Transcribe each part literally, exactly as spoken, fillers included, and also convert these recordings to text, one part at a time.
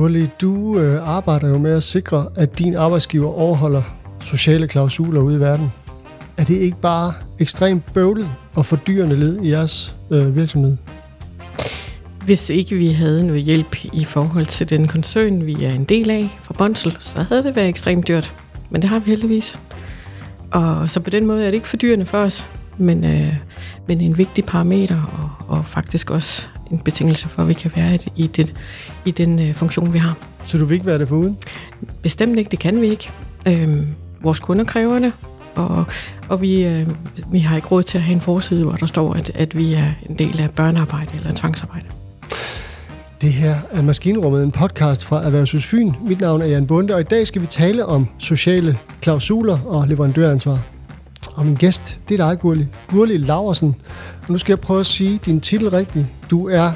Gurli, du øh, arbejder jo med at sikre, at din arbejdsgiver overholder sociale klausuler ude i verden. Er det ikke bare ekstremt bøvlet og fordyrende led i jeres øh, virksomhed? Hvis ikke vi havde noget hjælp i forhold til den koncern, vi er en del af fra Bonsel, så havde det været ekstremt dyrt. Men det har vi heldigvis. Og så på den måde er det ikke fordyrende for os, men, øh, men en vigtig parameter og, og faktisk også en betingelse for, at vi kan være i, det, i den øh, funktion, vi har. Så du vil ikke være det foruden? Bestemt ikke, det kan vi ikke. Øhm, vores kunder kræver det, og, og vi, øh, vi har ikke råd til at have en forside, hvor der står, at, at vi er en del af børnearbejde eller tvangsarbejde. Det her er Maskinrummet, en podcast fra Erhvervshus Fyn. Mit navn er Jan Bonde, og i dag skal vi tale om sociale klausuler og leverandøransvar. Og min gæst, det er dig, Gurli. Gurli Laursen. Og nu skal jeg prøve at sige din titel rigtigt. Du er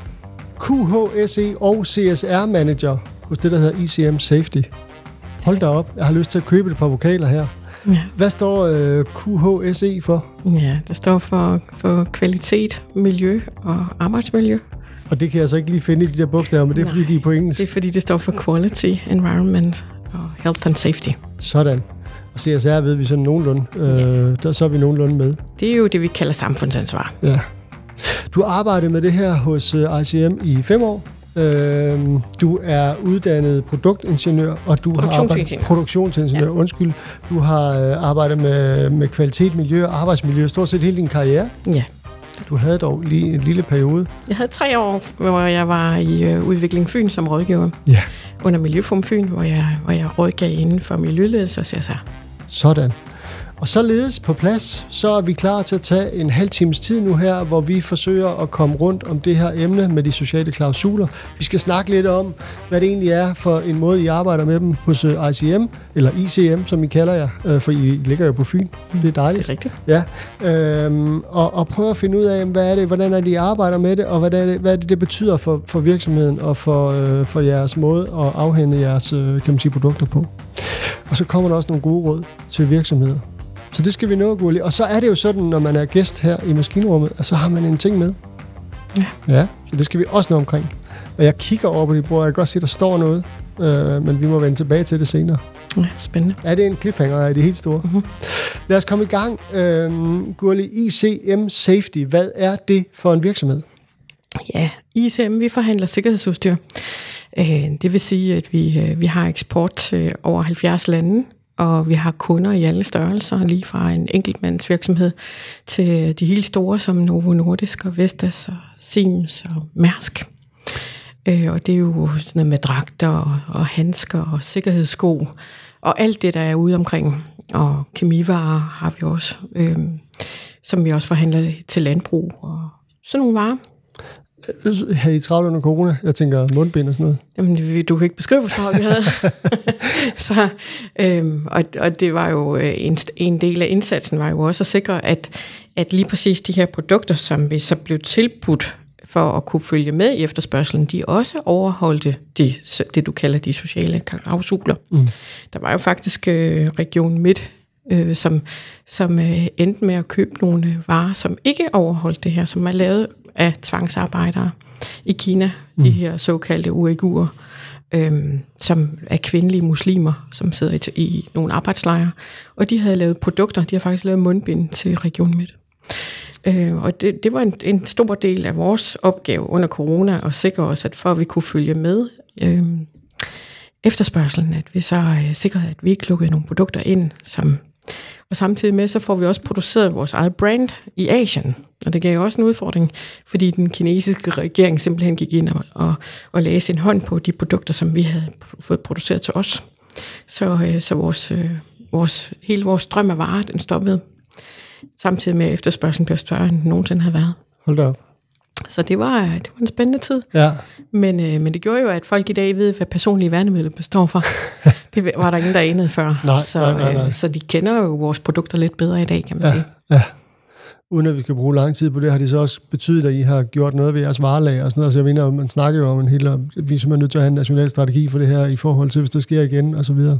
Q H S E og C S R Manager hos det, der hedder I C M Safety. Hold da op, jeg har lyst til at købe et par vokaler her. Ja. Hvad står øh, Q H S E for? Ja, det står for, for kvalitet, miljø og arbejdsmiljø. Og det kan jeg så ikke lige finde i de der bogstaver, men det er, Nej, fordi de er på engelsk. Det er, fordi det står for Quality, Environment og Health and Safety. Sådan. Og C S R ved vi sådan nogenlunde. Ja. Øh, der, så er vi nogenlunde med. Det er jo det, vi kalder samfundsansvar. Ja. Du har arbejdet med det her hos uh, I C M i fem år. Øh, du er uddannet produktingeniør, og du har arbejdet produktionsingeniør. Ja. Undskyld. Du har øh, arbejdet med, med kvalitet, miljø og arbejdsmiljø stort set hele din karriere. Ja. Du havde dog lige en lille periode. Jeg havde tre år, hvor jeg var i øh, Udvikling Fyn som rådgiver. Ja. Under Miljøforum Fyn, hvor jeg, hvor jeg rådgav inden for miljøledelse og C S R. Sådan. Og således på plads, så er vi klar til at tage en halv times tid nu her, hvor vi forsøger at komme rundt om det her emne med de sociale klausuler. Vi skal snakke lidt om, hvad det egentlig er for en måde, I arbejder med dem hos I C M, eller I C M, som I kalder jer, for I ligger jo på Fyn. Det er dejligt. Det er rigtigt. Ja. Øhm, og, og prøve at finde ud af, hvad er det, hvordan er det, I arbejder med det, og hvad er det, hvad er det, det betyder for, for virksomheden og for, øh, for jeres måde at afhænde jeres kan man sige, produkter på. Og så kommer der også nogle gode råd til virksomheder. Så det skal vi nå, Gurli. Og så er det jo sådan, når man er gæst her i Maskinrummet, at så har man en ting med. Ja. Ja, så det skal vi også nå omkring. Og jeg kigger over på dit bord, og jeg kan godt se, at der står noget, øh, men vi må vende tilbage til det senere. Ja, spændende. Er det en cliffhanger, er det helt store? Mm-hmm. Lad os komme i gang. Øh, Gurli, I C M Safety, hvad er det for en virksomhed? Ja, I C M, vi forhandler sikkerhedsudstyr. Det vil sige, at vi, vi har eksport til over halvfjerds lande, og vi har kunder i alle størrelser, lige fra en enkeltmandsvirksomhed til de helt store, som Novo Nordisk og Vestas og Siemens og Mærsk. Og det er jo sådan noget med dragter og, og handsker og sikkerhedssko, og alt det, der er ude omkring. Og kemivarer har vi også, øh, som vi også forhandler til landbrug og sådan nogle varer. Havde I travlt under corona? Jeg tænker mundbind og sådan noget. Jamen, du kan ikke beskrive, hvor travlt vi havde. Så, øhm, og, og det var jo en, en del af indsatsen, var jo også at sikre, at, at lige præcis de her produkter, som vi så blev tilbudt for at kunne følge med i efterspørgselen, de også overholdte de, det, du kalder de sociale klausuler. Mm. Der var jo faktisk øh, Region Midt, øh, som, som øh, endte med at købe nogle varer, som ikke overholdt det her, som er lavet af tvangsarbejdere i Kina, mm. de her såkaldte uigurer, øhm, som er kvindelige muslimer, som sidder i, i nogle arbejdslejre, og de havde lavet produkter, de har faktisk lavet mundbind til Region Midt. Øh, og det, det var en, en stor del af vores opgave under corona, at sikre os, at for at vi kunne følge med øh, efterspørgselen, at vi så øh, sikrede, at vi ikke lukkede nogle produkter ind, som og samtidig med, så får vi også produceret vores eget brand i Asien. Og det gav også en udfordring, fordi den kinesiske regering simpelthen gik ind og, og, og lagde sin hånd på de produkter, som vi havde fået produceret til os. Så, øh, så vores, øh, vores, hele vores strøm af varer, den stoppede. Samtidig med, at efterspørgselen blev større, end den nogensinde havde været. Hold da op. Så det var, det var en spændende tid. Ja. Men, øh, men det gjorde jo, at folk i dag ved, hvad personlige værnemidler består for. Det var der ingen, der anede før. Nej, så, nej, nej, nej. Øh, så de kender jo vores produkter lidt bedre i dag, kan man ja, sige. Ja, uden at vi skal bruge lang tid på det, har det så også betydet, at I har gjort noget ved jeres varelager og sådan noget. Så jeg mener, man snakker jo om en hel, vi er simpelthen nødt til at have en national strategi for det her, i forhold til, hvis der sker igen, og så videre.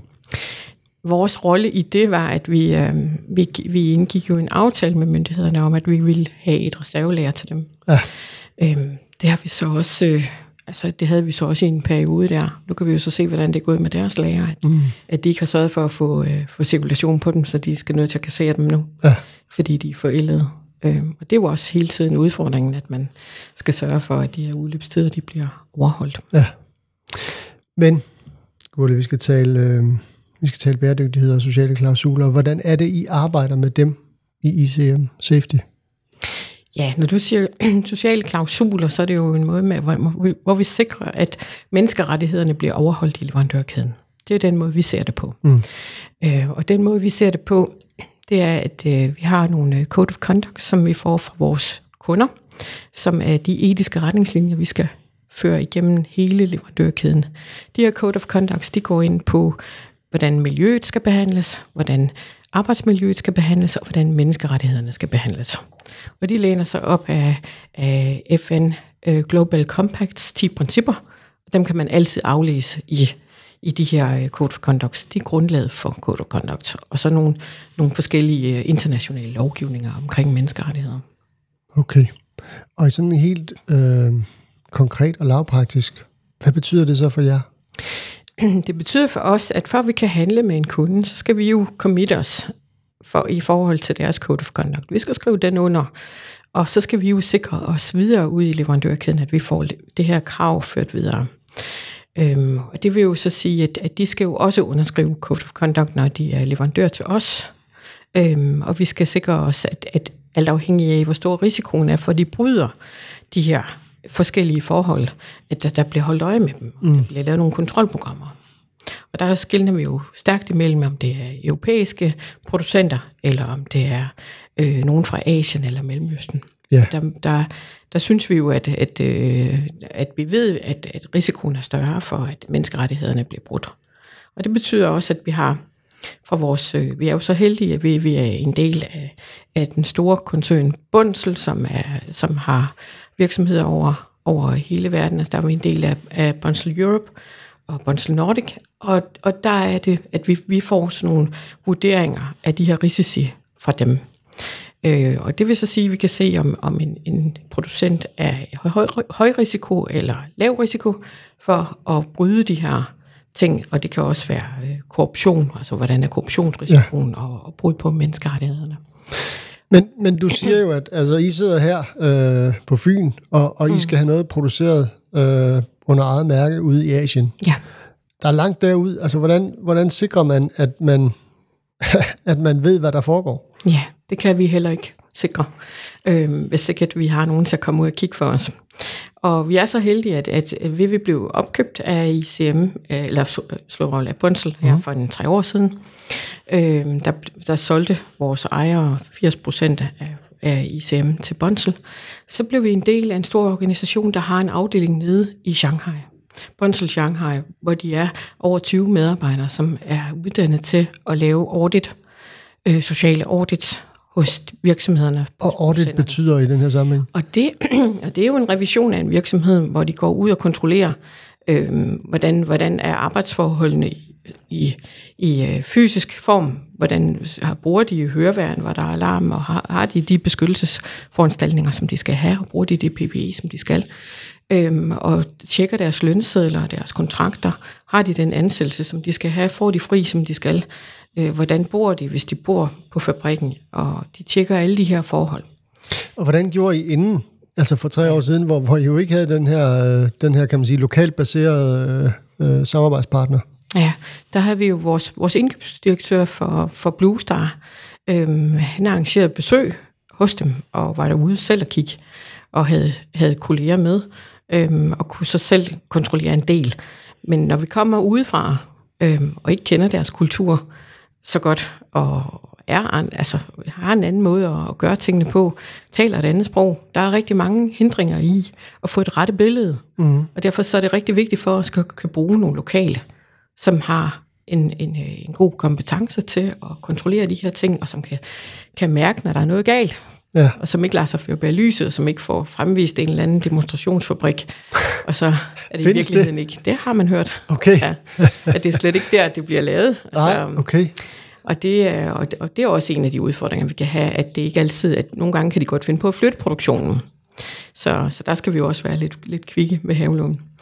Vores rolle i det var, at vi, øh, vi, vi indgik jo en aftale med myndighederne om, at vi ville have et reservelager til dem. Ja. Øhm, det har vi så også øh, altså det havde vi så også i en periode der. Nu kan vi jo så se, hvordan det er gået med deres lager, at, mm. at de ikke har sørget for at få, øh, få cirkulation på dem, så de skal nødt til at kassere dem nu, ja. Fordi de er forældede. Øh, og det er jo også hele tiden udfordringen, at man skal sørge for, at de her udløbstider, de bliver overholdt. Ja. Men, Gurli, vi skal tale, øh, vi skal tale bæredygtighed og sociale klausuler. Hvordan er det, I arbejder med dem i I C M Safety? Ja, når du siger sociale klausuler, så er det jo en måde, med, hvor, vi, hvor vi sikrer, at menneskerettighederne bliver overholdt i leverandørkæden. Det er den måde, vi ser det på. Mm. Øh, og den måde, vi ser det på, det er, at øh, vi har nogle code of conduct, som vi får fra vores kunder, som er de etiske retningslinjer, vi skal føre igennem hele leverandørkæden. De her code of conducts, de går ind på, hvordan miljøet skal behandles, hvordan arbejdsmiljøet skal behandles, og hvordan menneskerettighederne skal behandles. Og de læner sig op af, af F N uh, Global Compacts ti principper. Dem kan man altid aflæse i, i de her code of conducts. De er grundlaget for code of conduct. Og så nogle, nogle forskellige internationale lovgivninger omkring menneskerettigheder. Okay. Og sådan helt øh, konkret og lavpraktisk, hvad betyder det så for jer? Det betyder for os, at for at vi kan handle med en kunde, så skal vi jo committe os for, i forhold til deres code of conduct. Vi skal skrive den under, og så skal vi jo sikre os videre ud i leverandørkæden, at vi får det her krav ført videre. Øhm, og det vil jo så sige, at, at de skal jo også underskrive code of conduct, når de er leverandør til os. Øhm, og vi skal sikre os, at, at alt afhængig af, hvor stor risikoen er, for de bryder de her forskellige forhold, at der, der bliver holdt øje med dem, og mm. der bliver lavet nogle kontrolprogrammer. Og der skiller vi jo stærkt imellem, om det er europæiske producenter, eller om det er øh, nogen fra Asien eller Mellemøsten. Yeah. Der, der, der synes vi jo, at, at, øh, at vi ved, at, at risikoen er større for, at menneskerettighederne bliver brudt. Og det betyder også, at vi har fra vores, øh, vi er jo så heldige, at vi, vi er en del af, af den store koncern Bunzl, som, er, som har virksomheder over, over hele verden. Altså der er vi en del af, af Bunzl Europe og Bunzl Nordic, og, og der er det, at vi, vi får sådan nogle vurderinger af de her risici fra dem. Øh, og det vil så sige, at vi kan se, om, om en, en producent er høj, høj risiko eller lav risiko for at bryde de her ting, og det kan også være øh, korruption, altså hvordan er korruptionsrisikoen ja. og, og brud på menneskerettighederne. Men, men du siger jo, at altså, I sidder her øh, på Fyn, og, og mm. I skal have noget produceret øh, under eget mærke ude i Asien. Ja. Der er langt derud. Altså, hvordan, hvordan sikrer man, at man, at man ved, hvad der foregår? Ja, det kan vi heller ikke sikre, øh, hvis ikke at vi har nogen til at komme ud og kigge for os. Og vi er så heldige, at, at, at vi vil blive opkøbt af I C M, eller slået af Bunzl her for en tre år siden. Øh, der, der solgte vores ejere firs procent af, af I C M til Bunzl. Så blev vi en del af en stor organisation, der har en afdeling nede i Shanghai. Bunzl Shanghai, hvor de er over tyve medarbejdere, som er uddannet til at lave audit, øh, sociale audits, hos virksomhederne. Og audit betyder i den her sammenhæng? Og det, og det er jo en revision af en virksomhed, hvor de går ud og kontrollerer, øh, hvordan, hvordan er arbejdsforholdene i, i, i øh, fysisk form, hvordan har, bruger de høreværn, hvor der er alarm, og har, har de de beskyttelsesforanstaltninger, som de skal have, og bruger de det P P E, som de skal, øh, og tjekker deres lønsedler og deres kontrakter, har de den ansættelse, som de skal have, får de fri, som de skal, hvordan bor de, hvis de bor på fabrikken, og de tjekker alle de her forhold. Og hvordan gjorde I inden, altså for tre år siden, hvor, hvor I jo ikke havde den her, den her kan man sige, lokalt baserede øh, samarbejdspartner? Ja, der havde vi jo vores, vores indkøbsdirektør for, for Blue Star. Øhm, han arrangerede besøg hos dem, og var derude selv at kigge, og havde, havde kolleger med, øhm, og kunne så selv kontrollere en del. Men når vi kommer udefra, øhm, og ikke kender deres kultur så godt, og er, altså, har en anden måde at gøre tingene på, taler et andet sprog. Der er rigtig mange hindringer i at få et rette billede. Mm. Og derfor så er det rigtig vigtigt for os at kan bruge nogle lokale, som har en, en, en god kompetence til at kontrollere de her ting, og som kan, kan mærke, når der er noget galt. Ja. Og som ikke lader sig føre bag lyset, og som ikke får fremvist en eller anden demonstrationsfabrik. Og så er det i virkeligheden det? ikke. Det har man hørt. Okay. Ja, at det er slet ikke der, det bliver lavet. Nej, altså, okay. Og det, er, og det er også en af de udfordringer, vi kan have, at det ikke altid, at nogle gange kan de godt finde på at flytte produktionen. Så, så der skal vi jo også være lidt, lidt kvikke med havelån.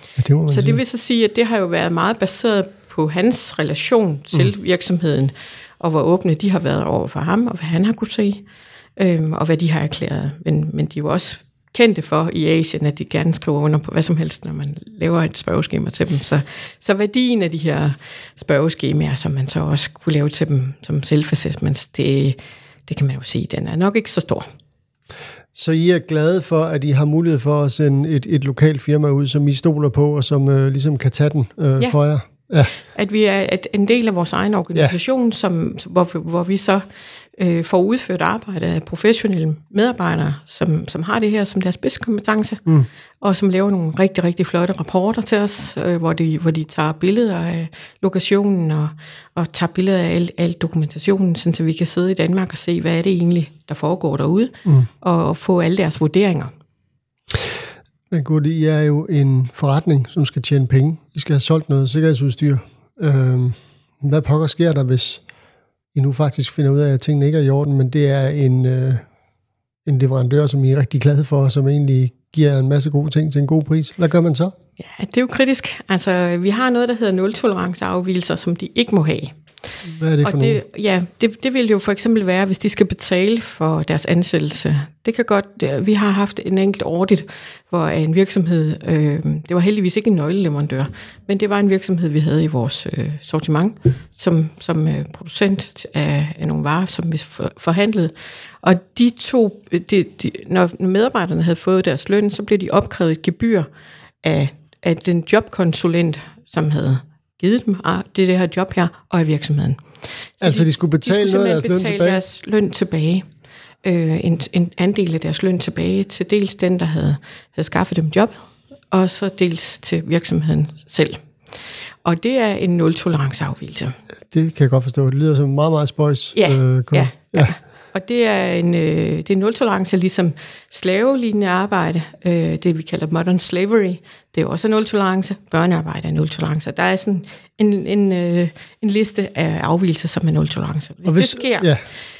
Ja, det må man så sige. det vil så sige, at det har jo været meget baseret på hans relation til mm. virksomheden, og hvor åbne de har været over for ham, og hvad han har kunne se, øhm, og hvad de har erklæret. Men, men de er jo også kendte for i Asien, at de gerne skriver under på hvad som helst, når man laver et spørgeskema til dem. Så, så værdien af de her spørgeskemaer, som man så også kunne lave til dem som self-assessments, det, det kan man jo sige, den er nok ikke så stor. Så I er glade for, at I har mulighed for at sende et, et lokalt firma ud, som I stoler på, og som øh, ligesom kan tage den øh, ja. for jer? Ja. At vi er et, en del af vores egen organisation, ja. som, hvor, hvor vi så øh, får udført arbejde af professionelle medarbejdere, som, som har det her som deres spidskompetence, mm. og som laver nogle rigtig, rigtig flotte rapporter til os, øh, hvor, de, hvor de tager billeder af lokationen og, og tager billeder af al, al dokumentationen, så vi kan sidde i Danmark og se, hvad er det egentlig, der foregår derude, mm. og, og få alle deres vurderinger. Men gud, I er jo en forretning, som skal tjene penge. I skal have solgt noget sikkerhedsudstyr. Øh, hvad pokker sker der, hvis I nu faktisk finder ud af, at tingene ikke er i orden, men det er en, øh, en leverandør, som I er rigtig glade for, som egentlig giver en masse gode ting til en god pris. Hvad gør man så? Ja, det er jo kritisk. Altså, vi har noget, der hedder nul-tolerance-afvigelser, som de ikke må have. Hvad er det for og det, ja, det, det vil jo for eksempel være, hvis de skal betale for deres ansættelse. Det kan godt, vi har haft en enkelt audit, hvor en virksomhed, øh, det var heldigvis ikke en nøgleleverandør, men det var en virksomhed, vi havde i vores øh, sortiment, som, som øh, producent af, af nogle varer, som vi forhandlede. Og de to, de, de, når medarbejderne havde fået deres løn, så blev de opkrævet et gebyr af, af den jobkonsulent, som havde givet dem det, det her job her, og af virksomheden. Så altså de, de skulle betale, de skulle noget af deres betale løn tilbage? deres løn tilbage. Øh, en, en andel af deres løn tilbage til dels den, der havde, havde skaffet dem job, og så dels til virksomheden selv. Og det er en nul-tolerance-afvigelse. Det kan jeg godt forstå. Det lyder som meget, meget spøjs. Ja, øh, ja, ja. Og det er en øh, det er nul-tolerance, ligesom slavelignende arbejde, øh, det vi kalder modern slavery, det er også nul-tolerance, børnearbejde er nul-tolerance. Der er sådan en, en, øh, en liste af afvigelser, som er nul-tolerance. Hvis, hvis det sker, ja.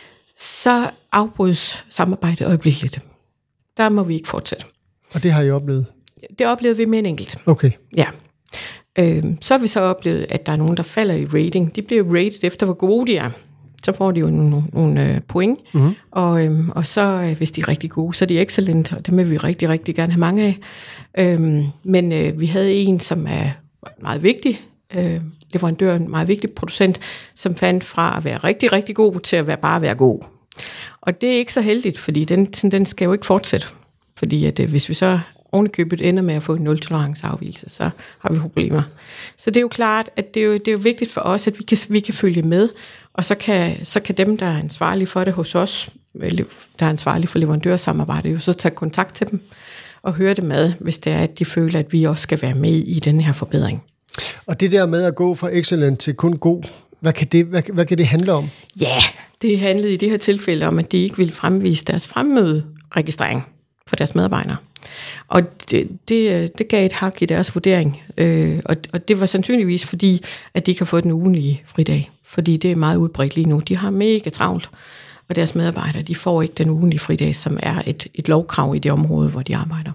så afbrydes samarbejdet øjeblikkeligt. Der må vi ikke fortsætte. Og det har I oplevet? Det oplevede vi med en enkelt. Okay. Ja. Øh, så har vi så oplevet, at der er nogen, der falder i rating. De bliver rated efter, hvor gode de er. Så får de jo nogle, nogle øh, point, mm-hmm. og, øhm, og så, øh, hvis de er rigtig gode, så er de excellent, og dem vil vi rigtig, rigtig gerne have mange af. Øhm, men øh, vi havde en, som er meget vigtig, øh, leverandør, en meget vigtig producent, som fandt fra at være rigtig, rigtig god til at være, bare være god. Og det er ikke så heldigt, fordi den, den skal jo ikke fortsætte. Fordi at, øh, hvis vi så ovenikøbet ender med at få en nul-tolerance-afvigelse, så har vi problemer. Så det er jo klart, at det er jo, det er jo vigtigt for os, at vi kan, vi kan følge med, og så kan, så kan dem, der er ansvarlige for det hos os, der er ansvarlige for leverandørsamarbejdet, jo så tage kontakt til dem og høre det med, hvis det er, at de føler, at vi også skal være med i den her forbedring. Og det der med at gå fra excellent til kun god, hvad kan det, hvad, hvad kan det handle om? Ja, det handlede i det her tilfælde om, at de ikke ville fremvise deres fremmøderegistrering for deres medarbejdere. Og det, det, det gav et hak i deres vurdering, øh, og, og det var sandsynligvis fordi, at de ikke har fået den ugenlige fridag, fordi det er meget udbredt lige nu. De har mega travlt, og deres medarbejdere, de får ikke den ugenlige fridag, som er et, et lovkrav i det område, hvor de arbejder.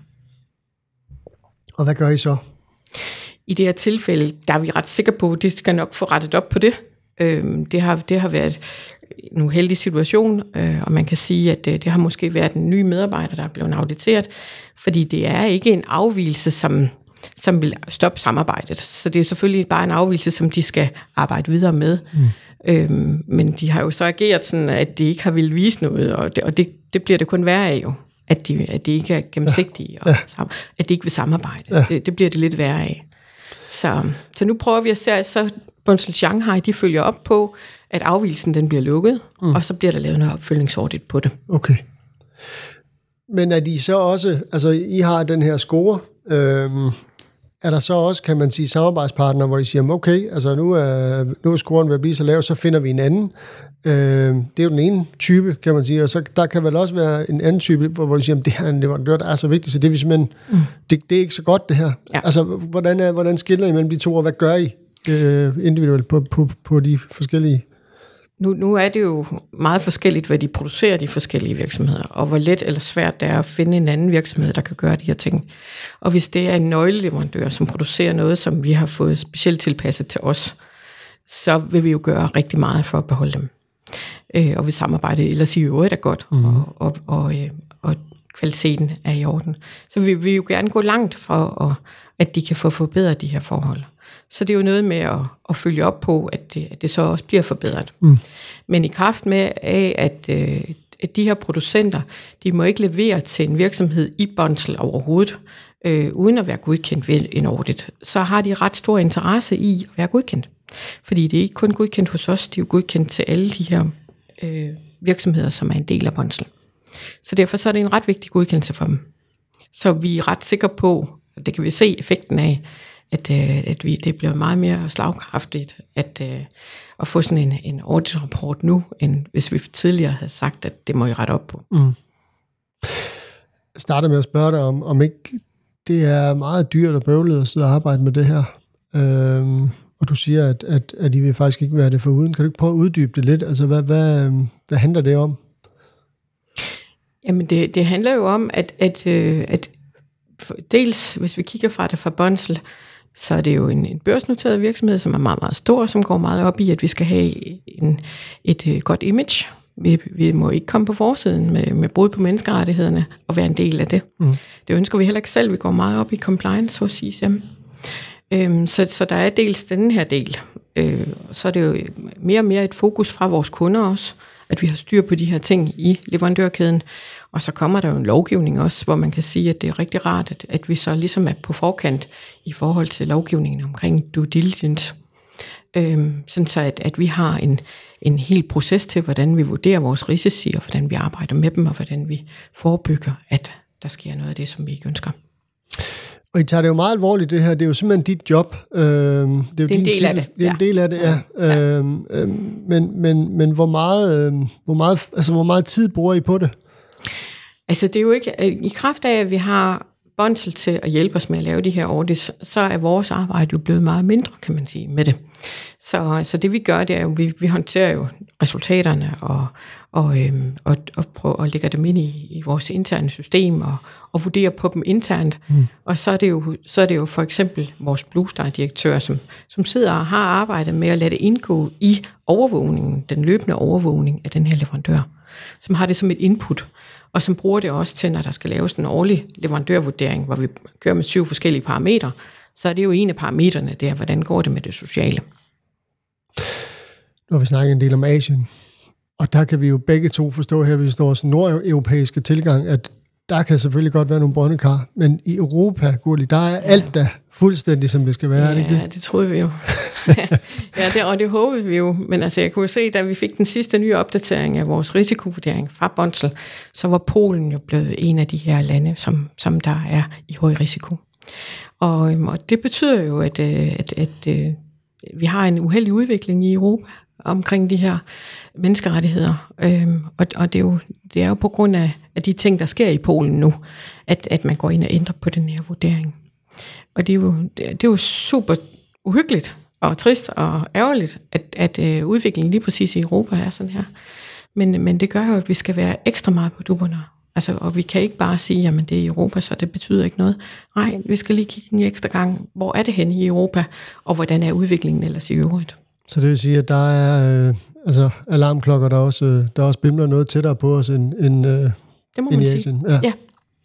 Og hvad gør I så? I det her tilfælde, der er vi ret sikre på, at det skal nok få rettet op på det. Øh, det, har, det har været en uheldig situation, øh, og man kan sige, at det, det har måske været en ny medarbejder, der er blevet auditeret, fordi det er ikke en afvigelse, som, som vil stoppe samarbejdet. Så det er selvfølgelig bare en afvigelse, som de skal arbejde videre med. Mm. Øhm, men de har jo så ageret sådan, at de ikke har ville vise noget, og det, og det, det bliver det kun værre af jo, at de, at de ikke er gennemsigtige, ja. og ja. at de ikke vil samarbejde. Ja. Det, det bliver det lidt værre af. Så, så nu prøver vi at se, så Bunzl Shanghai, de følger op på, at afvigelsen den bliver lukket, mm. og så bliver der lavet noget opfølgningsaudit på det. Okay. Men er de så også, altså I har den her score, øhm, er der så også, kan man sige, samarbejdspartner, hvor I siger, okay, altså nu er, nu er scoren ved at blive så lav, så finder vi en anden. Øhm, det er jo den ene type, kan man sige, og så der kan vel også være en anden type, hvor, hvor I siger, det er en leverandør, der er så vigtigt, så det er vi simpelthen, mm. det, det er ikke så godt det her. Ja. Altså, hvordan, er, hvordan skiller I mellem de to, og hvad gør I øh, individuelt på, på, på de forskellige Nu, nu er det jo meget forskelligt, hvad de producerer, de forskellige virksomheder, og hvor let eller svært det er at finde en anden virksomhed, der kan gøre de her ting. Og hvis det er en nøgleleverandør, som producerer noget, som vi har fået specielt tilpasset til os, så vil vi jo gøre rigtig meget for at beholde dem. Øh, og vi samarbejder ellers i øvrigt er godt, mm. og, og, og, og kvaliteten er i orden. Så vi vil jo gerne gå langt for, at, at de kan få forbedret de her forhold. Så det er jo noget med at, at følge op på, at det, at det så også bliver forbedret. Mm. Men i kraft med af, at, at de her producenter, de må ikke levere til en virksomhed i Bunzl overhovedet, øh, uden at være godkendt ved en audit, så har de ret stor interesse i at være godkendt. Fordi det er ikke kun godkendt hos os, de er jo godkendt til alle de her øh, virksomheder, som er en del af Bunzl. Så derfor så er det en ret vigtig godkendelse for dem. Så vi er ret sikre på, og det kan vi se effekten af, at, øh, at vi, det bliver meget mere slagkraftigt at, øh, at få sådan en, en audit-rapport nu, end hvis vi tidligere havde sagt, at det må I rette op på. Mm. Jeg starter med at spørge dig om, om ikke det er meget dyrt og bøvlet at sidde og arbejde med det her. Øhm, og du siger, at, at, at I vil faktisk ikke være det foruden. Kan du ikke prøve at uddybe det lidt? Altså, hvad, hvad, hvad handler det om? Jamen, det, det handler jo om, at, at, at dels, hvis vi kigger fra det fra Bunzl, så er det jo en, en børsnoteret virksomhed, som er meget, meget stor, som går meget op i, at vi skal have en, et, et godt image. Vi, vi må ikke komme på forsiden med, med brud på menneskerettighederne og være en del af det. Mm. Det ønsker vi heller ikke selv. Vi går meget op i compliance hos I S M. Øhm, så, så der er dels den her del. Øh, så er det jo mere og mere et fokus fra vores kunder også, at vi har styr på de her ting i leverandørkæden. Og så kommer der jo en lovgivning også, hvor man kan sige, at det er rigtig rart, at, at vi så ligesom er på forkant i forhold til lovgivningen omkring due diligence. Øhm, sådan så, at, at vi har en, en hel proces til, hvordan vi vurderer vores risici, og hvordan vi arbejder med dem, og hvordan vi forebygger, at der sker noget af det, som vi ikke ønsker. Og I tager det jo meget alvorligt, det her. Det er jo simpelthen dit job. Øhm, det er, jo det er en del af det. Det er en del af det, ja. ja. Øhm, øhm, men, men, men hvor meget, øhm, hvor meget, altså hvor meget tid bruger I på det? Altså det er jo ikke, i kraft af, at vi har Bunzl til at hjælpe os med at lave de her audits, så er vores arbejde jo blevet meget mindre, kan man sige, med det. Så, så det vi gør, det er jo, vi, vi håndterer jo resultaterne og, og, øhm, og, og prøver at lægge dem ind i, i vores interne system og, og vurdere på dem internt. Mm. Og så er, det jo, så er det jo for eksempel vores Bluestar-direktør, som, som sidder og har arbejdet med at lade det indgå i overvågningen, den løbende overvågning af den her leverandør, som har det som et input, og som bruger det også til, når der skal laves en årlig leverandørvurdering, hvor vi kører med syv forskellige parametre, så er det jo en af parametrene der, hvordan går det med det sociale. Nu har vi snakket en del om Asien, og der kan vi jo begge to forstå her, hvis vi står sådan nordeuropæiske tilgang, at der kan selvfølgelig godt være nogle brodne-kar, men i Europa, Gurli, der er ja. alt da fuldstændig, som det skal være. Ja, er det, ikke det? det? det troede vi jo. ja, det, og det håbede vi jo. Men altså, jeg kunne jo se, da vi fik den sidste nye opdatering af vores risikovurdering fra Bunzl, så var Polen jo blevet en af de her lande, som, som der er i høj risiko. Og, og det betyder jo, at, at, at, at vi har en uheldig udvikling i Europa omkring de her menneskerettigheder. Øhm, og og det, er jo, det er jo på grund af, af de ting, der sker i Polen nu, at, at man går ind og ændrer på den her vurdering. Og det er jo, det er jo super uhyggeligt og trist og ærgerligt, at, at øh, udviklingen lige præcis i Europa er sådan her. Men, men det gør jo, at vi skal være ekstra meget på dupperne. Altså, og vi kan ikke bare sige, at det er i Europa, så det betyder ikke noget. Nej, vi skal lige kigge en ekstra gang, hvor er det henne i Europa, og hvordan er udviklingen ellers i øvrigt. Så det vil sige, at der er øh, altså alarmklokker, der også, øh, der også bimler noget tættere på os end, end, øh, det må end man i Asien. sige. Ja. ja.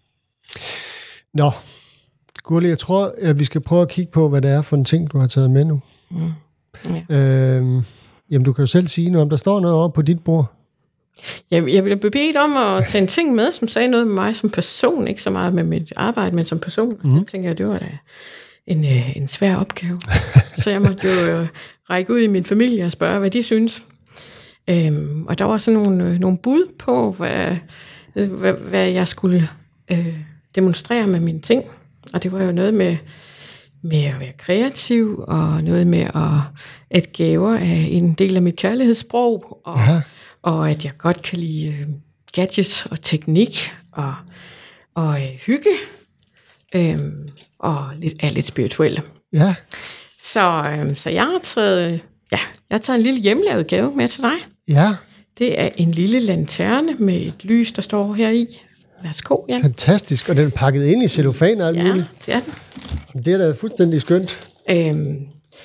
Nå, Gurli, jeg tror, at vi skal prøve at kigge på, hvad det er for en ting, du har taget med nu. Mm. Ja. Øh, jamen, du kan jo selv sige noget om, der står noget over på dit bord. Jeg, jeg ville blive bedt om at tage en ting med, som sagde noget med mig som person, ikke så meget med mit arbejde, men som person. Mm. Jeg tænker, at det var da en, en svær opgave. Så jeg måtte jo øh, række ud i min familie og spørge, hvad de synes. Øhm, og der var sådan nogle, nogle bud på, hvad, hvad, hvad jeg skulle øh, demonstrere med mine ting. Og det var jo noget med, med at være kreativ, og noget med at, at gaver af en del af mit kærlighedssprog, og, og at jeg godt kan lide øh, gadgets og teknik, og, og øh, hygge, øh, og lidt, er lidt spirituelle. Ja. Så, øh, så jeg har taget, ja, jeg har taget en lille hjemmelavet gave med til dig. Ja. Det er en lille lanterne med et lys, der står her i. Værsgo, Jan. Fantastisk, og den er pakket ind i cellofan og alt ja, muligt. det er den. Det er da fuldstændig skønt. Øhm,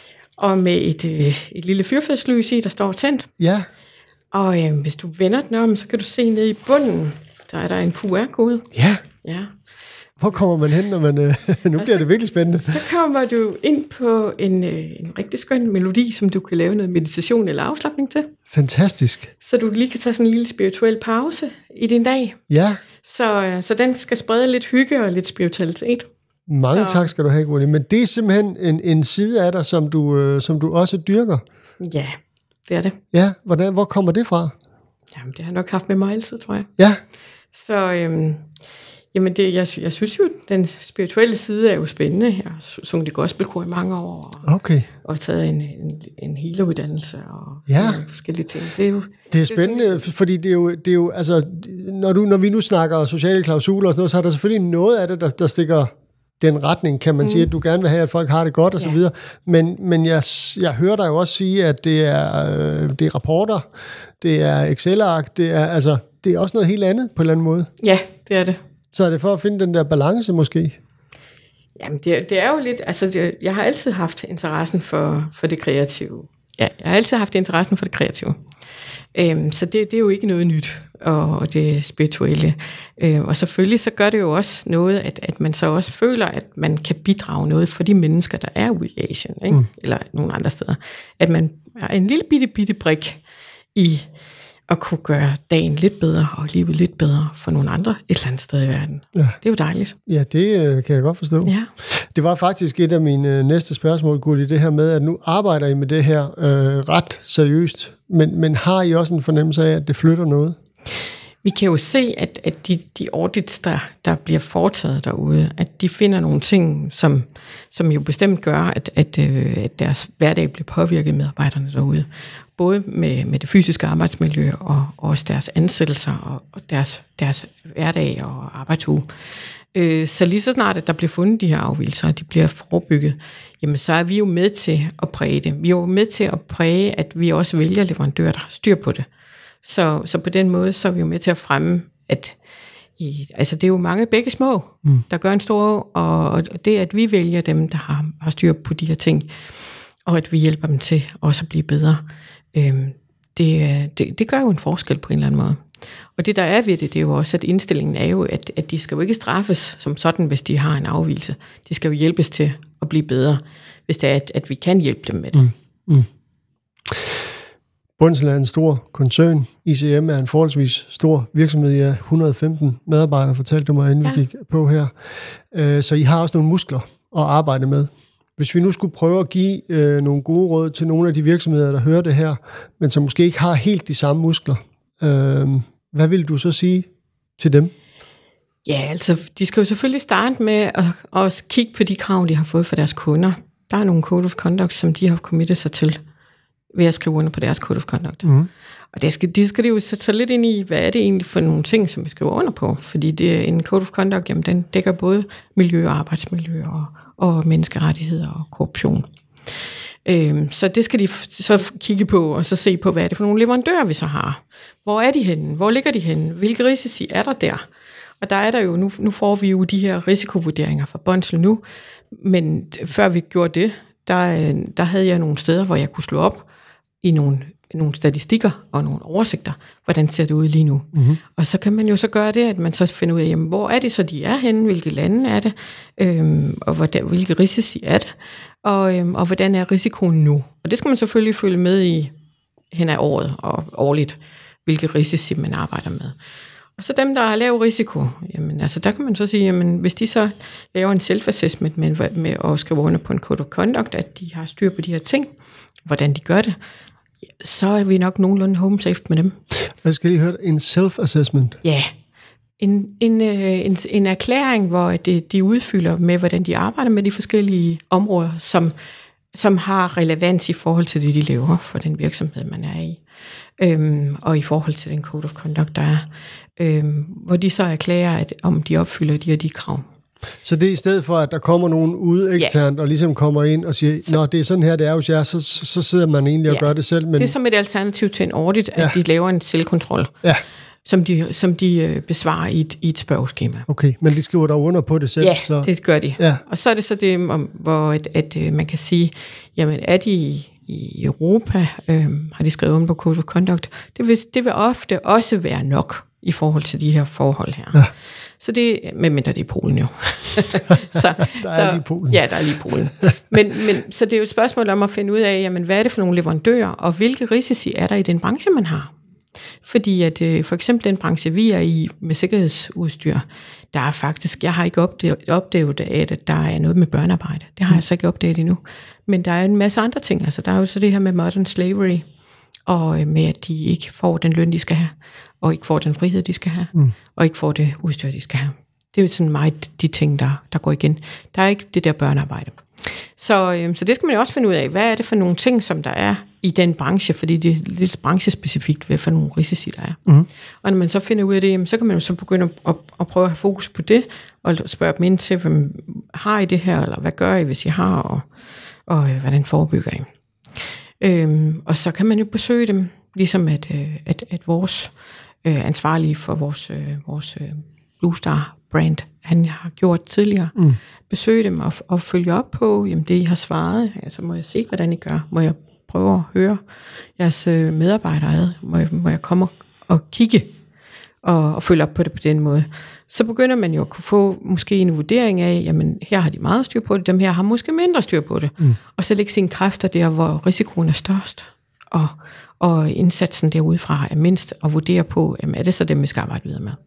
og med et, øh, et lille fyrfadslys i, der står tændt. Ja. Og øh, hvis du vender den om, så kan du se nede i bunden, der er der en Q R-kode. Ja. Ja. Hvor kommer man hen, når man... Øh, nu bliver det virkelig spændende. Så kommer du ind på en, øh, en rigtig skøn melodi, som du kan lave noget meditation eller afslapning til. Fantastisk. Så du lige kan tage sådan en lille spirituel pause i din dag. Ja. Så, øh, så den skal sprede lidt hygge og lidt spiritualitet. Mange så. tak skal du have, Gurli. Men det er simpelthen en, en side af dig, som du, øh, som du også dyrker. Ja, det er det. Ja, hvordan, hvor kommer det fra? Jamen, det har jeg nok haft med mig altid, tror jeg. Ja. Så øhm, jamen det, jeg, jeg synes jo, den spirituelle side er jo spændende. Jeg har sunget i gospelkor i mange år, og, Okay. og taget en, en, en healeruddannelse og Ja. forskellige ting. Det er jo Det er spændende, det er fordi det er jo, det er jo altså, når, du, når vi nu snakker sociale klausuler og sådan noget, så er der selvfølgelig noget af det, der, der stikker den retning, kan man mm. sige, at du gerne vil have, at folk har det godt og ja. så videre. Men, men jeg, jeg hører dig jo også sige, at det er, øh, det er rapporter, det er Excel-ark, det er, altså, det er også noget helt andet på en eller anden måde. Ja, det er det. Så er det for at finde den der balance måske? Jamen, det, det er jo lidt, altså det, jeg har altid haft interessen for, for det kreative. Ja, jeg har altid haft interessen for det kreative. Øhm, så det, det er jo ikke noget nyt, og, og det spirituelle. Øhm, og selvfølgelig så gør det jo også noget, at, at man så også føler, at man kan bidrage noget for de mennesker, der er ude i Asien, ikke? Mm. Eller nogle andre steder. At man er en lille bitte, bitte brik i at kunne gøre dagen lidt bedre, og livet lidt bedre for nogle andre et eller andet sted i verden. Ja. Det er jo dejligt. Ja, det øh, kan jeg godt forstå. Ja. Det var faktisk et af mine øh, næste spørgsmål, Gurli, det her med, at nu arbejder I med det her øh, ret seriøst, men, men har I også en fornemmelse af, at det flytter noget? Vi kan jo se, at, at de, de audits, der, der bliver foretaget derude, at de finder nogle ting, som, som jo bestemt gør, at, at, at deres hverdag bliver påvirket medarbejderne derude. Både med, med det fysiske arbejdsmiljø og, og også deres ansættelser og, og deres, deres hverdag og arbejdsuge. Øh, så lige så snart, at der bliver fundet de her afvigelser, og de bliver forebygget, jamen så er vi jo med til at præge det. Vi er jo med til at præge, at vi også vælger leverandører, der har styr på det. Så, så på den måde, så er vi jo med til at fremme, at i, altså det er jo mange begge små, mm. der gør en stor, og, og det at vi vælger dem, der har, har styr på de her ting, og at vi hjælper dem til også at blive bedre, øhm, det, det, det gør jo en forskel på en eller anden måde. Og det der er ved det, det er jo også, at indstillingen er jo, at, at de skal jo ikke straffes som sådan, hvis de har en afvigelse. De skal jo hjælpes til at blive bedre, hvis det er, at, at vi kan hjælpe dem med det. Mm. Mm. Bunzl er en stor koncern. I C M er en forholdsvis stor virksomhed. I er et hundrede og femten medarbejdere, fortalte du mig, inden ja. vi gik på her. Så I har også nogle muskler at arbejde med. Hvis vi nu skulle prøve at give øh, nogle gode råd til nogle af de virksomheder, der hører det her, men som måske ikke har helt de samme muskler, øh, hvad vil du så sige til dem? Ja, altså, de skal jo selvfølgelig starte med at, at kigge på de krav, de har fået fra deres kunder. Der er nogle code of conduct, som de har committet sig til ved at skrive under på deres code of conduct. Mm. Og det skal, de skal de jo sætte sig lidt ind i, hvad er det egentlig for nogle ting, som vi skriver under på? Fordi det, en code of conduct, jamen, den dækker både miljø og arbejdsmiljø og, og menneskerettigheder og korruption. Øhm, så det skal de så kigge på, og så se på, hvad er det for nogle leverandører, vi så har. Hvor er de henne? Hvor ligger de henne? Hvilke risici er der der? Og der er der jo, nu, nu får vi jo de her risikovurderinger fra Bunzl nu, men før vi gjorde det, der, der havde jeg nogle steder, hvor jeg kunne slå op i nogle, nogle statistikker og nogle oversigter, hvordan ser det ud lige nu. Mm-hmm. Og så kan man jo så gøre det, at man så finder ud af, jamen, hvor er det så, de er henne, hvilke lande er det, øhm, og hvordan, hvilke risici er det, og, øhm, og hvordan er risikoen nu. Og det skal man selvfølgelig følge med i hen ad året og årligt, hvilke risici man arbejder med. Og så dem, der har lav risiko, jamen, altså, der kan man så sige, jamen, hvis de så laver en self-assessment med, med at skrive under på en code of conduct, at de har styr på de her ting, hvordan de gør det, så er vi nok nogenlunde home safe med dem. Hvad skal I høre? En self-assessment? Ja, en, en, en, en erklæring, hvor de, de udfylder med, hvordan de arbejder med de forskellige områder, som, som har relevans i forhold til det, de laver for den virksomhed, man er i. Øhm, og i forhold til den code of conduct, der er. Øhm, hvor de så erklærer, at om de opfylder de og de krav. Så det er i stedet for, at der kommer nogen ude eksternt, ja. og ligesom kommer ind og siger, så, nå, det er sådan her, det er hos jer, så, så sidder man egentlig og ja. gør det selv. Men det er som et alternativ til en audit, at ja. de laver en selvkontrol, ja. som de, som de besvarer i et, i et spørgeskema. Okay, men de skriver der under på det selv? Ja, så. det gør de. Ja. Og så er det så det, hvor at, at man kan sige, jamen er de i Europa, øh, har de skrevet under på Code of Conduct, det vil, det vil ofte også være nok i forhold til de her forhold her. Ja. Så det, medmindre det er Polen jo. så, der er så, lige Polen. Ja, der er lige Polen. men, men, så det er jo et spørgsmål om at finde ud af, jamen, hvad er det for nogle leverandører, og hvilke risici er der i den branche, man har. Fordi at øh, for eksempel den branche, vi er i med sikkerhedsudstyr, der er faktisk, jeg har ikke opdaget, opdaget at der er noget med børnearbejde. Det har jeg altså ikke opdaget endnu. Men der er en masse andre ting. Altså, der er jo så det her med modern slavery, og øh, med at de ikke får den løn, de skal have, og ikke får den frihed, de skal have, mm. og ikke får det udstyr, de skal have. Det er jo sådan meget de ting, der, der går igen. Der er ikke det der børnearbejde. Så, øh, så det skal man jo også finde ud af. Hvad er det for nogle ting, som der er i den branche? Fordi det er lidt branchespecifikt, hvad for nogle risici, der er. Mm. Og når man så finder ud af det, så kan man jo så begynde at, at, at prøve at have fokus på det, og spørge dem ind til, hvem har I det her, eller hvad gør I, hvis I har, og, og øh, hvordan forebygger I? Øhm, og så kan man jo besøge dem, ligesom at, øh, at, at vores øh, ansvarlige for vores, øh, vores øh, Blue Star brand, han har gjort tidligere, mm. besøge dem og, og følge op på, jamen det I har svaret, altså må jeg se, hvordan I gør, må jeg prøve at høre jeres øh, medarbejdere ad, må jeg, må jeg komme og, og kigge og, og følge op på det på den måde. Så begynder man jo at kunne få måske en vurdering af, jamen her har de meget styr på det, dem her har måske mindre styr på det, mm. og så lægge sine kræfter der, hvor risikoen er størst, og, og indsatsen derudefra er mindst, og vurdere på, jamen er det så dem, vi skal arbejde videre med.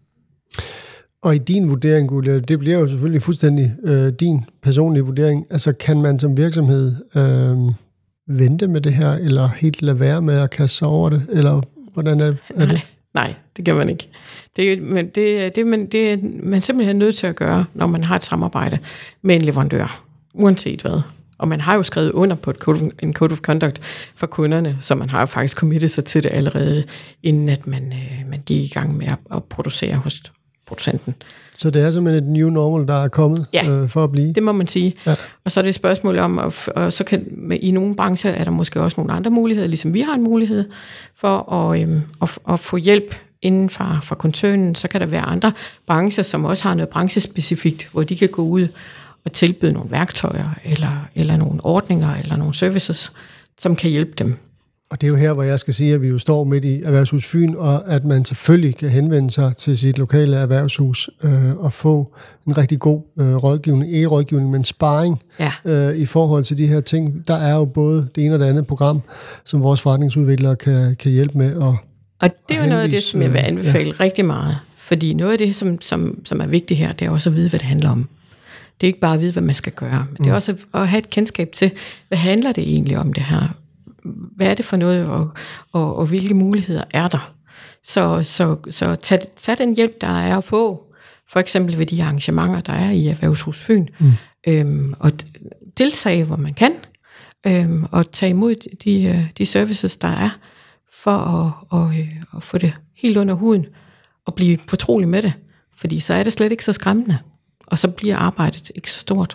Og i din vurdering, Gullia, det bliver jo selvfølgelig fuldstændig øh, din personlige vurdering. Altså kan man som virksomhed øh, vente med det her, eller helt lade være med at kaste sig over det, eller hvordan er, er nej, det? Nej, det kan man ikke. Det, men det, det, man, det er man simpelthen nødt til at gøre, når man har et samarbejde med en leverandør, uanset hvad. Og man har jo skrevet under på et code of, en code of conduct for kunderne, så man har jo faktisk committet sig til det allerede, inden at man, øh, man gik i gang med at, at producere hos producenten. Så det er simpelthen et new normal, der er kommet ja, øh, for at blive? det må man sige. Ja. Og så er det et spørgsmål om, og, og så kan i nogle brancher er der måske også nogle andre muligheder, ligesom vi har en mulighed for at, øhm, at, at få hjælp inden for, for koncernen. Så kan der være andre brancher, som også har noget branchespecifikt, hvor de kan gå ud og tilbyde nogle værktøjer, eller, eller nogle ordninger, eller nogle services, som kan hjælpe dem. Og det er jo her, hvor jeg skal sige, at vi jo står midt i Erhvervshus Fyn, og at man selvfølgelig kan henvende sig til sit lokale erhvervshus øh, og få en rigtig god øh, rådgivning, ikke rådgivning, men sparring ja. øh, i forhold til de her ting. Der er jo både det ene og det andet program, som vores forretningsudviklere kan, kan hjælpe med. Og, og det er jo noget af det, som jeg vil anbefale ja. rigtig meget. Fordi noget af det, som, som, som er vigtigt her, det er også at vide, hvad det handler om. Det er ikke bare at vide, hvad man skal gøre, men mm. det er også at have et kendskab til, hvad handler det egentlig om det her? Hvad er det for noget, og, og, og hvilke muligheder er der? Så, så, så tag, tag den hjælp, der er at få, for eksempel ved de arrangementer, der er i Erhvervshus Fyn, mm. øhm, og deltage, hvor man kan, øhm, og tage imod de, de services, der er, for at, og, at få det helt under huden, og blive fortrolig med det, fordi så er det slet ikke så skræmmende, og så bliver arbejdet ikke så stort.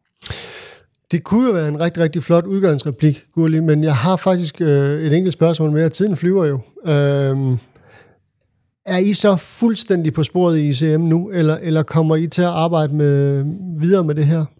Det kunne jo være en rigtig, rigtig flot udgangsreplik, Gurli, men jeg har faktisk øh, et enkelt spørgsmål mere. Tiden flyver jo. Øh, er I så fuldstændig på sporet i I C M nu, eller, eller kommer I til at arbejde med, videre med det her?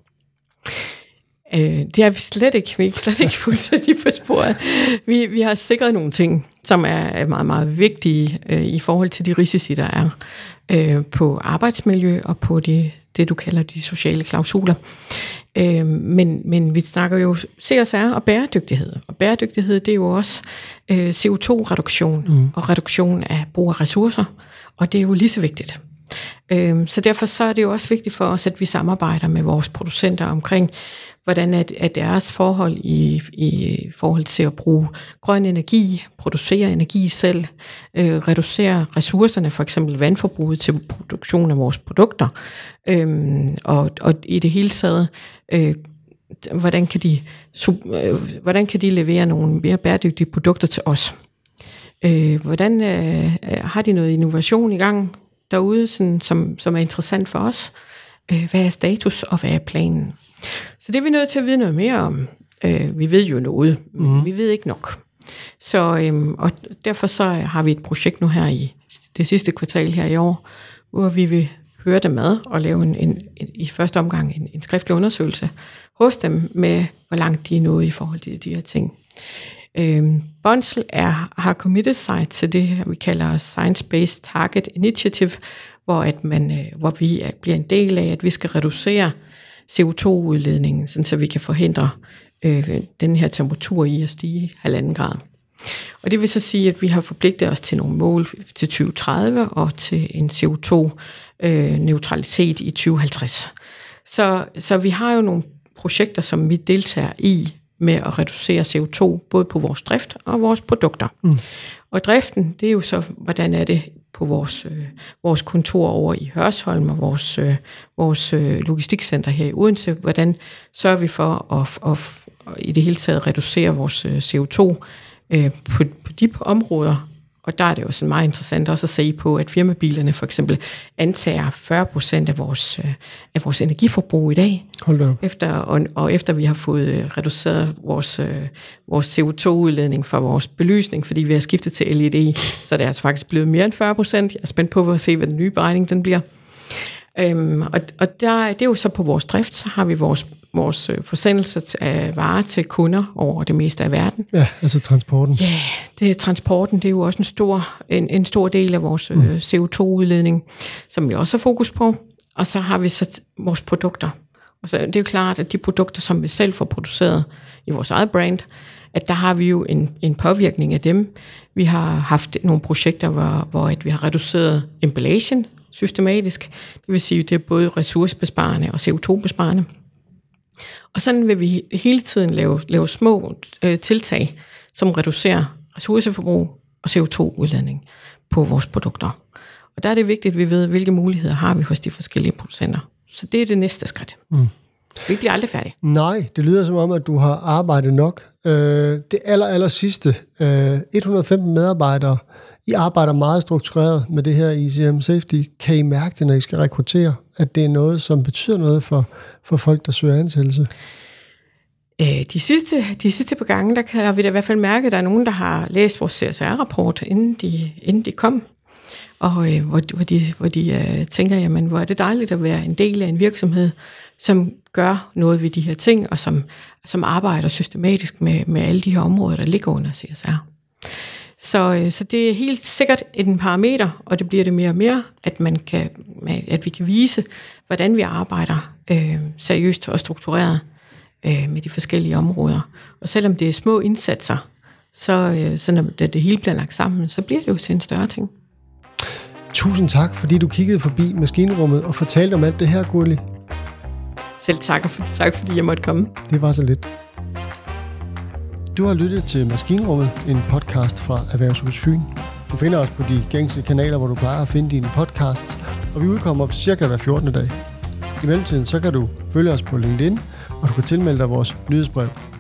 Øh, det er vi slet ikke. Vi er slet ikke fuldstændig på sporet. Vi, vi har sikret nogle ting, som er meget, meget vigtige øh, i forhold til de risici, der er øh, på arbejdsmiljø og på de, det, du kalder de sociale klausuler. Øh, men, men vi snakker jo C S R og bæredygtighed. Og bæredygtighed, det er jo også øh, C O to reduktion mm. og reduktion af brug af ressourcer. Og det er jo lige så vigtigt. Øh, så derfor så er det jo også vigtigt for os, at vi samarbejder med vores producenter omkring, hvordan er, er deres forhold i, i forhold til at bruge grøn energi, producere energi selv, øh, reducere ressourcerne, for eksempel vandforbruget til produktion af vores produkter, øh, og, og i det hele taget, øh, hvordan, kan de, sub, øh, hvordan kan de levere nogle mere bæredygtige produkter til os? Øh, hvordan øh, har de noget innovation i gang derude, sådan, som, som er interessant for os? øh, hvad er status, og hvad er planen. Så det er vi nødt til at vide noget mere om. Øh, vi ved jo noget, men mm. vi ved ikke nok. Så, øhm, og derfor så har vi et projekt nu her i det sidste kvartal her i år, hvor vi vil høre dem ad og lave en, en, en, i første omgang en, en skriftlig undersøgelse hos dem med, hvor langt de er nået i forhold til de her ting. Øhm, Bonsl er, har committed sig til det her, vi kalder Science-Based Target Initiative, hvor, at man, øh, hvor vi er, bliver en del af, at vi skal reducere C O to udledningen, sådan så vi kan forhindre øh, den her temperatur i at stige halvanden grad. Og det vil så sige, at vi har forpligtet os til nogle mål til tyve tredive og til en C O to neutralitet i tyve halvtreds. Så, så vi har jo nogle projekter, som vi deltager i med at reducere C O to, både på vores drift og vores produkter. Mm. Og driften, det er jo så, hvordan er det på vores, øh, vores kontor over i Hørsholm og vores, øh, vores øh, logistikcenter her i Odense. Hvordan sørger vi for at, at, at i det hele taget reducere vores øh, C O to øh, på, på de områder. Og der er det jo sådan meget interessant også at se på, at firmabilerne for eksempel antager fyrre procent af vores, øh, af vores energiforbrug i dag. Hold da. Efter, og, og efter vi har fået øh, reduceret vores, øh, vores C O to udledning fra vores belysning, fordi vi har skiftet til L E D, så det er altså faktisk blevet mere end fyrre procent. Jeg er spændt på at se, hvad den nye beregning den bliver. Øhm, og og der, det er jo så på vores drift, så har vi vores, vores forsendelser af varer til kunder over det meste af verden. Ja, altså transporten. Ja, det er transporten, det er jo også en stor, en, en stor del af vores mm. C O to udledning, som vi også har fokus på. Og så har vi så vores produkter. Og så det er jo klart, at de produkter, som vi selv får produceret i vores eget brand, at der har vi jo en, en påvirkning af dem. Vi har haft nogle projekter, hvor, hvor at vi har reduceret emballation systematisk. Det vil sige, at det er både ressourcebesparende og C O to besparende. Og sådan vil vi hele tiden lave, lave små øh, tiltag, som reducerer ressourceforbrug og C O to udledning på vores produkter. Og der er det vigtigt, at vi ved, hvilke muligheder har vi hos de forskellige producenter. Så det er det næste skridt. Mm. Vi bliver aldrig færdige. Nej, det lyder som om, at du har arbejdet nok. Øh, det aller, aller sidste, øh, et hundrede og femten medarbejdere, I arbejder meget struktureret med det her I C M Safety. Kan I mærke det, når I skal rekruttere, at det er noget, som betyder noget for, for folk, der søger ansættelse? De sidste, de sidste par gange, der kan vi da i hvert fald mærke, at der er nogen, der har læst vores C S R-rapport, inden de, inden de kom. Og øh, hvor, hvor de, hvor de øh, tænker, jamen, hvor er det dejligt at være en del af en virksomhed, som gør noget ved de her ting, og som, som arbejder systematisk med, med alle de her områder, der ligger under C S R. Så, øh, så det er helt sikkert en parameter, og det bliver det mere og mere, at, man kan, at vi kan vise, hvordan vi arbejder øh, seriøst og struktureret øh, med de forskellige områder. Og selvom det er små indsatser, så, øh, så når det, det hele bliver lagt sammen, så bliver det jo til en større ting. Tusind tak, fordi du kiggede forbi maskinrummet og fortalte om alt det her, Gurli. Selv tak, tak, fordi jeg måtte komme. Det var så lidt. Du har lyttet til Maskinrummet, en podcast fra Erhvervshus Fyn. Du finder os på de gængse kanaler, hvor du plejer at finde dine podcasts, og vi udkommer cirka hver fjortende dag. I mellemtiden så kan du følge os på LinkedIn, og du kan tilmelde dig vores nyhedsbrev.